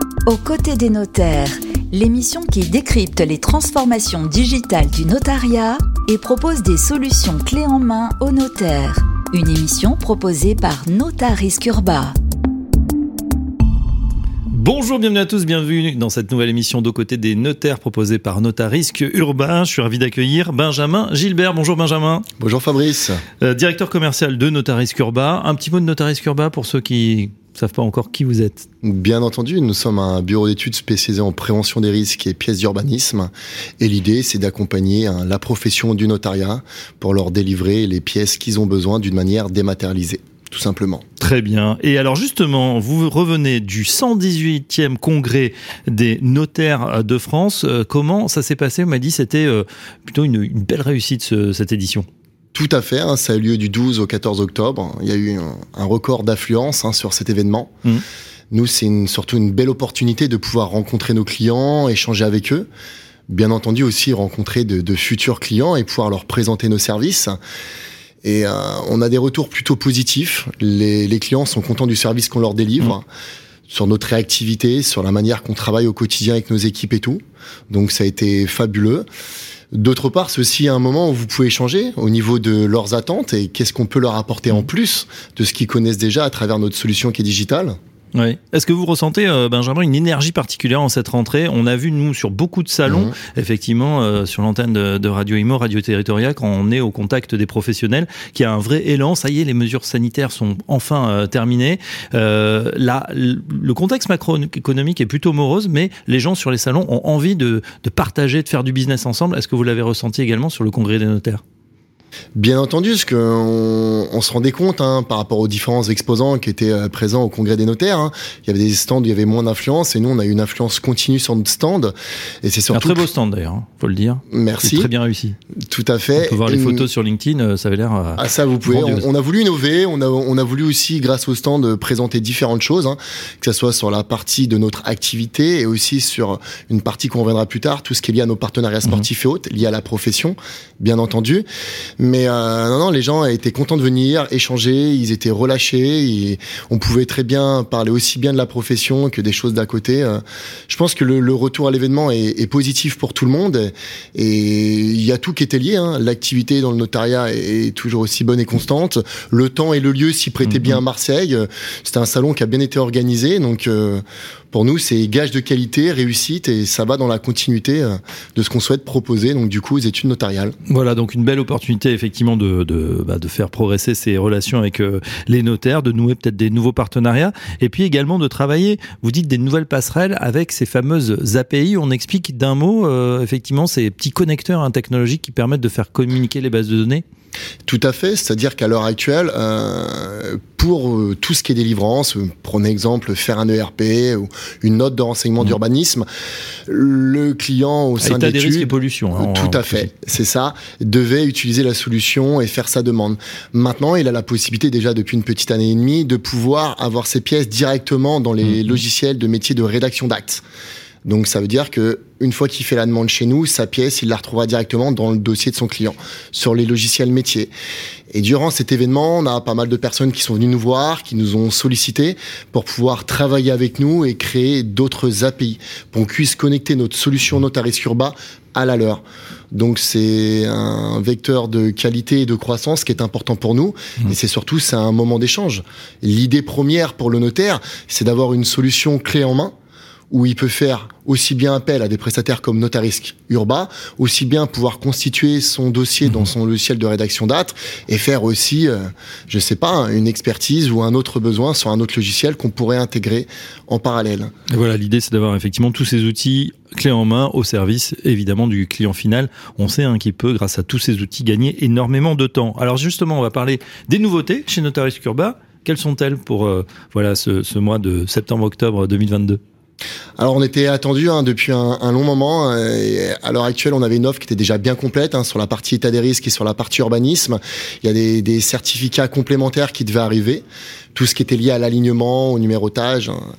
Aux côtés des notaires, l'émission qui décrypte les transformations digitales du notariat et propose des solutions clés en main aux notaires. Une émission proposée par Notarisk Urba. Bonjour, bienvenue à tous, bienvenue dans cette nouvelle émission d'Aux côtés des notaires proposée par Notarisk Urba. Je suis ravi d'accueillir Benjamin Gilbert. Bonjour Benjamin. Bonjour Fabrice. Directeur commercial de Notarisk Urba. Un petit mot de Notarisk Urba pour ceux qui ne savent pas encore qui vous êtes. Bien entendu, nous sommes un bureau d'études spécialisé en prévention des risques et pièces d'urbanisme. Et l'idée, c'est d'accompagner la profession du notariat pour leur délivrer les pièces qu'ils ont besoin d'une manière dématérialisée. Tout simplement. Très bien. Et alors justement, vous revenez du 118e congrès des notaires de France. Comment ça s'est passé ? On m'a dit que c'était plutôt une belle réussite cette édition. Tout à fait, ça a eu lieu du 12 au 14 octobre. Il y a eu un record d'affluence sur cet événement. Nous, c'est surtout une belle opportunité de pouvoir rencontrer nos clients, échanger avec eux. Bien entendu aussi rencontrer de futurs clients et pouvoir leur présenter nos services. Et on a des retours plutôt positifs. Les clients sont contents du service qu'on leur délivre, sur notre réactivité, sur la manière qu'on travaille au quotidien avec nos équipes et tout. Donc ça a été fabuleux. D'autre part, c'est aussi un moment où vous pouvez échanger au niveau de leurs attentes et qu'est-ce qu'on peut leur apporter en plus de ce qu'ils connaissent déjà à travers notre solution qui est digitale. Oui. Est-ce que vous ressentez, Benjamin, une énergie particulière en cette rentrée ? On a vu, nous, sur beaucoup de salons, effectivement, sur l'antenne de Radio Imo, Radio Territoria, quand on est au contact des professionnels, qu'il y a un vrai élan. Ça y est, les mesures sanitaires sont enfin terminées. Là, le contexte macroéconomique est plutôt morose, mais les gens sur les salons ont envie de partager, de faire du business ensemble. Est-ce que vous l'avez ressenti également sur le congrès des notaires ? Bien entendu, parce qu'on se rendait compte par rapport aux différents exposants qui étaient présents au congrès des notaires. Il y avait des stands où il y avait moins d'influence et nous on a eu une influence continue sur notre stand. Et c'est surtout un très beau stand d'ailleurs, faut le dire. Merci. C'est très bien réussi. Tout à fait. On peut voir les photos sur LinkedIn, ça avait l'air. Ça vous pouvez. On a voulu innover, on a voulu aussi grâce au stand présenter différentes choses, que ce soit sur la partie de notre activité et aussi sur une partie qu'on reviendra plus tard, tout ce qui est lié à nos partenariats sportifs et autres, lié à la profession, bien entendu. Mais non, les gens étaient contents de venir, échanger, ils étaient relâchés, et on pouvait très bien parler aussi bien de la profession que des choses d'à côté. Je pense que le retour à l'événement est positif pour tout le monde, et il y a tout qui était lié. L'activité dans le notariat est toujours aussi bonne et constante. Le temps et le lieu s'y prêtaient bien à Marseille. C'était un salon qui a bien été organisé, donc pour nous, c'est gage de qualité, réussite, et ça va dans la continuité de ce qu'on souhaite proposer, donc du coup, aux études notariales. Voilà, donc une belle opportunité, effectivement, de faire progresser ces relations avec les notaires, de nouer peut-être des nouveaux partenariats, et puis également de travailler, vous dites, des nouvelles passerelles avec ces fameuses API. On explique d'un mot, effectivement, ces petits connecteurs technologiques qui permettent de faire communiquer les bases de données. Tout à fait, c'est-à-dire qu'à l'heure actuelle, pour tout ce qui est délivrance, prenez exemple, faire un ERP ou une note de renseignement d'urbanisme, le client au sein de l'étude, état des risques et pollution, tout à fait, c'est ça, devait utiliser la solution et faire sa demande. Maintenant, il a la possibilité déjà depuis une petite année et demie de pouvoir avoir ses pièces directement dans les logiciels de métier de rédaction d'actes. Donc ça veut dire que une fois qu'il fait la demande chez nous, sa pièce, il la retrouvera directement dans le dossier de son client, sur les logiciels métiers. Et durant cet événement, on a pas mal de personnes qui sont venues nous voir, qui nous ont sollicité pour pouvoir travailler avec nous et créer d'autres API, pour qu'on puisse connecter notre solution Notarisk Urba à la leur. Donc c'est un vecteur de qualité et de croissance qui est important pour nous, et c'est un moment d'échange. L'idée première pour le notaire, c'est d'avoir une solution clé en main, où il peut faire aussi bien appel à des prestataires comme Notarisk Urba, aussi bien pouvoir constituer son dossier dans son logiciel de rédaction d'actes et faire aussi, une expertise ou un autre besoin sur un autre logiciel qu'on pourrait intégrer en parallèle. Et voilà, l'idée c'est d'avoir effectivement tous ces outils clés en main au service évidemment du client final. On sait qu'il peut, grâce à tous ces outils, gagner énormément de temps. Alors justement, on va parler des nouveautés chez Notarisk Urba. Quelles sont-elles pour ce mois de septembre-octobre 2022 ? Alors on était attendu depuis un long moment, et à l'heure actuelle on avait une offre qui était déjà bien complète sur la partie état des risques et sur la partie urbanisme. Il y a des certificats complémentaires qui devaient arriver, tout ce qui était lié à l'alignement, au numérotage,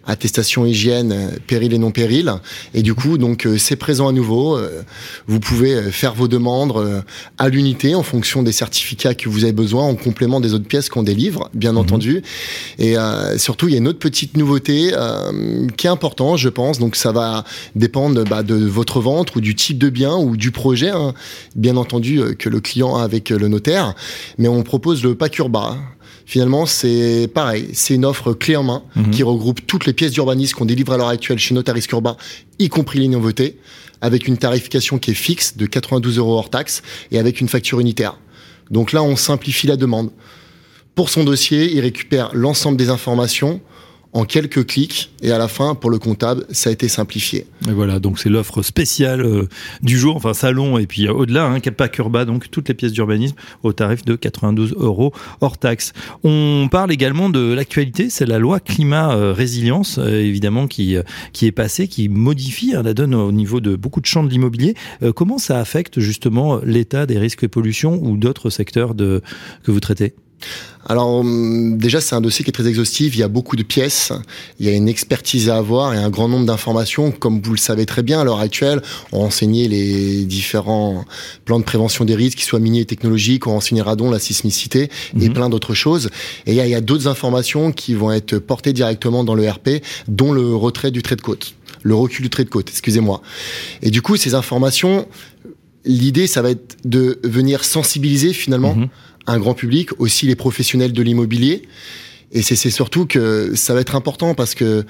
attestation hygiène, péril et non péril. Et du coup, donc c'est présent à nouveau. Vous pouvez faire vos demandes à l'unité en fonction des certificats que vous avez besoin, en complément des autres pièces qu'on délivre, bien entendu. Et surtout, il y a une autre petite nouveauté qui est importante, je pense. Donc ça va dépendre de votre vente ou du type de bien ou du projet, hein, bien entendu, que le client a avec le notaire. Mais on propose le pack Urba. Finalement, c'est pareil, c'est une offre clé en main qui regroupe toutes les pièces d'urbanisme qu'on délivre à l'heure actuelle chez Notaris Urba, y compris les nouveautés, avec une tarification qui est fixe de 92 € hors taxe et avec une facture unitaire. Donc là, on simplifie la demande. Pour son dossier, il récupère l'ensemble des informations en quelques clics, et à la fin, pour le comptable, ça a été simplifié. Et voilà, donc c'est l'offre spéciale du jour, enfin salon, et puis au-delà, pack Urba, donc toutes les pièces d'urbanisme au tarif de 92 € hors taxe. On parle également de l'actualité, c'est la loi climat résilience, évidemment, qui est passée, qui modifie la donne au niveau de beaucoup de champs de l'immobilier. Comment ça affecte justement l'état des risques et pollution ou d'autres secteurs que vous traitez ? Alors déjà, c'est un dossier qui est très exhaustif, il y a beaucoup de pièces, il y a une expertise à avoir et un grand nombre d'informations. Comme vous le savez très bien, à l'heure actuelle, on renseignait les différents plans de prévention des risques, qu'ils soient miniers et technologiques, on renseignait radon, la sismicité et plein d'autres choses. Et il y a d'autres informations qui vont être portées directement dans le RP, dont le retrait du trait de côte, le recul du trait de côte, excusez-moi. Et du coup, ces informations, l'idée, ça va être de venir sensibiliser finalement un grand public, aussi les professionnels de l'immobilier. Et c'est surtout que ça va être important parce que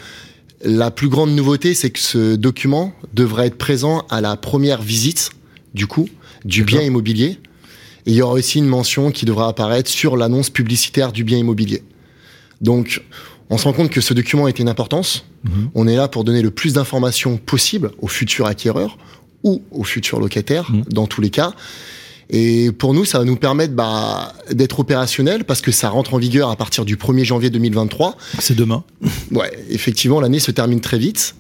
la plus grande nouveauté, c'est que ce document devrait être présent à la première visite, du bien immobilier. Et il y aura aussi une mention qui devra apparaître sur l'annonce publicitaire du bien immobilier. Donc, on se rend compte que ce document a une importance. On est là pour donner le plus d'informations possible aux futurs acquéreurs ou aux futurs locataires, dans tous les cas. Et pour nous, ça va nous permettre d'être opérationnel parce que ça rentre en vigueur à partir du 1er janvier 2023. C'est demain. Ouais, effectivement, l'année se termine très vite.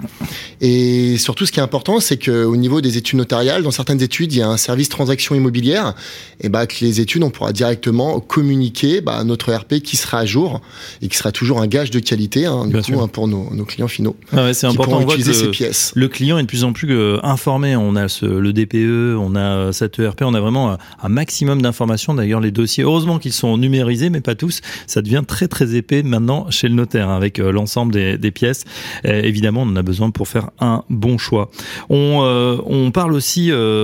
Et surtout, ce qui est important, c'est qu'au niveau des études notariales, dans certaines études, il y a un service transaction immobilière. Et que les études, on pourra directement communiquer notre RP qui sera à jour et qui sera toujours un gage de qualité pour nos clients finaux. Ah ouais, c'est important. On voit utiliser que ces pièces. Le client est de plus en plus informé. On a le DPE, on a cette ERP, on a vraiment un maximum d'informations. D'ailleurs, les dossiers, heureusement qu'ils sont numérisés, mais pas tous. Ça devient très très épais maintenant chez le notaire avec l'ensemble des pièces. Évidemment, on en a besoin pour faire un bon choix. On parle aussi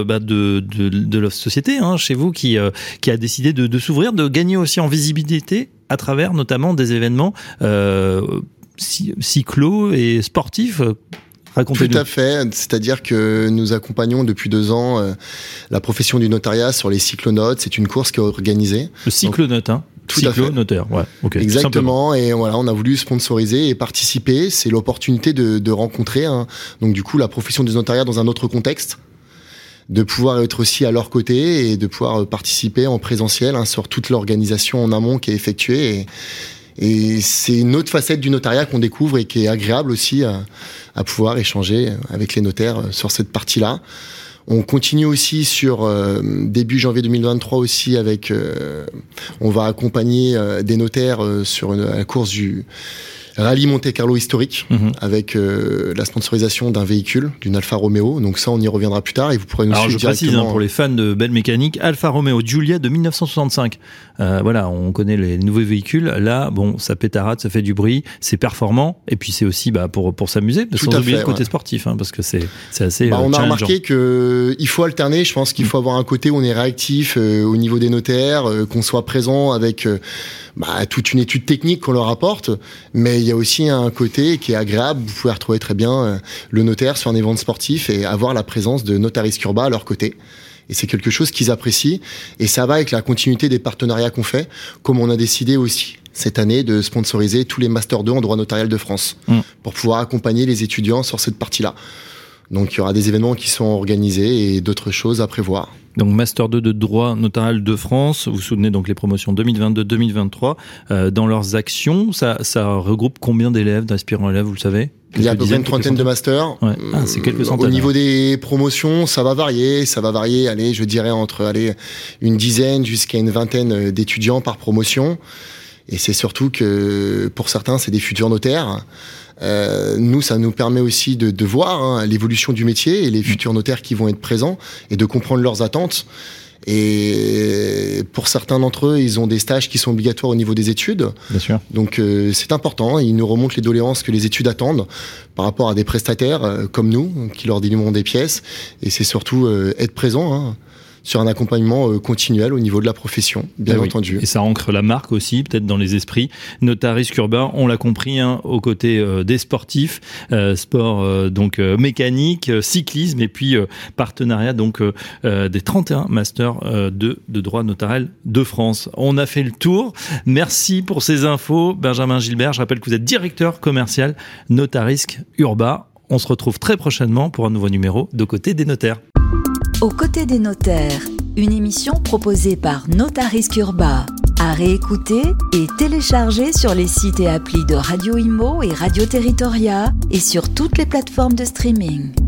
de la société chez vous qui a décidé de s'ouvrir, de gagner aussi en visibilité à travers notamment des événements cyclo et sportifs. Racontez-nous. Tout à fait, c'est-à-dire que nous accompagnons depuis 2 ans la profession du notariat sur les cyclonotes. C'est une course qui est organisée. Le cyclonote, Tout à fait. Cyclonotaire, ouais. Okay, exactement. Et voilà, on a voulu sponsoriser et participer. C'est l'opportunité de rencontrer, donc du coup, la profession du notariat dans un autre contexte, de pouvoir être aussi à leur côté et de pouvoir participer en présentiel sur toute l'organisation en amont qui est effectuée. Et c'est une autre facette du notariat qu'on découvre et qui est agréable aussi à pouvoir échanger avec les notaires sur cette partie-là. On continue aussi sur début janvier 2023 aussi avec on va accompagner des notaires sur la course du Rallye Monte Carlo historique avec la sponsorisation d'un véhicule, d'une Alfa Romeo. Donc ça, on y reviendra plus tard et vous pourrez nous suivre directement. Alors je précise pour les fans de belle mécanique, Alfa Romeo Giulia de 1965. Voilà, on connaît les nouveaux véhicules. Là, ça pétarade, ça fait du bruit, c'est performant et puis c'est aussi pour s'amuser, sans oublier le côté sportif, parce que c'est assez on a remarqué que il faut alterner. Je pense qu'il faut avoir un côté où on est réactif au niveau des notaires, qu'on soit présent avec toute une étude technique qu'on leur apporte, mais il y a aussi un côté qui est agréable. Vous pouvez retrouver très bien le notaire sur un événement sportif et avoir la présence de Notaris Urba à leur côté. Et c'est quelque chose qu'ils apprécient. Et ça va avec la continuité des partenariats qu'on fait, comme on a décidé aussi cette année de sponsoriser tous les Master 2 en droit notarial de France pour pouvoir accompagner les étudiants sur cette partie-là. Donc il y aura des événements qui sont organisés et d'autres choses à prévoir. Donc Master 2 de droit notarial de France, vous soutenez donc les promotions 2022-2023 dans leurs actions. Ça regroupe combien d'élèves, d'aspirants élèves, vous le savez? Il y a à peu près une trentaine de masters. Ouais. C'est quelques centaines. Au niveau des promotions, ça va varier. Je dirais entre une dizaine jusqu'à une vingtaine d'étudiants par promotion. Et c'est surtout que pour certains, c'est des futurs notaires. Nous, ça nous permet aussi de voir l'évolution du métier et les futurs notaires qui vont être présents et de comprendre leurs attentes. Et pour certains d'entre eux, ils ont des stages qui sont obligatoires au niveau des études. Bien sûr. Donc c'est important. Ils nous remontent les doléances que les études attendent par rapport à des prestataires comme nous qui leur délivrons des pièces. Et c'est surtout être présent sur un accompagnement continuel au niveau de la profession, bien entendu. Et ça ancre la marque aussi, peut-être dans les esprits. Notarisque Urbain, on l'a compris, aux côtés des sportifs, sport mécanique, cyclisme, et puis partenariat des 31 masters de droit notarial de France. On a fait le tour. Merci pour ces infos, Benjamin Gilbert. Je rappelle que vous êtes directeur commercial Notarisque Urbain. On se retrouve très prochainement pour un nouveau numéro d'Aux côtés des notaires. Aux côtés des notaires, une émission proposée par Notarisque Urbain, à réécouter et télécharger sur les sites et applis de Radio Imo et Radio Territoria et sur toutes les plateformes de streaming.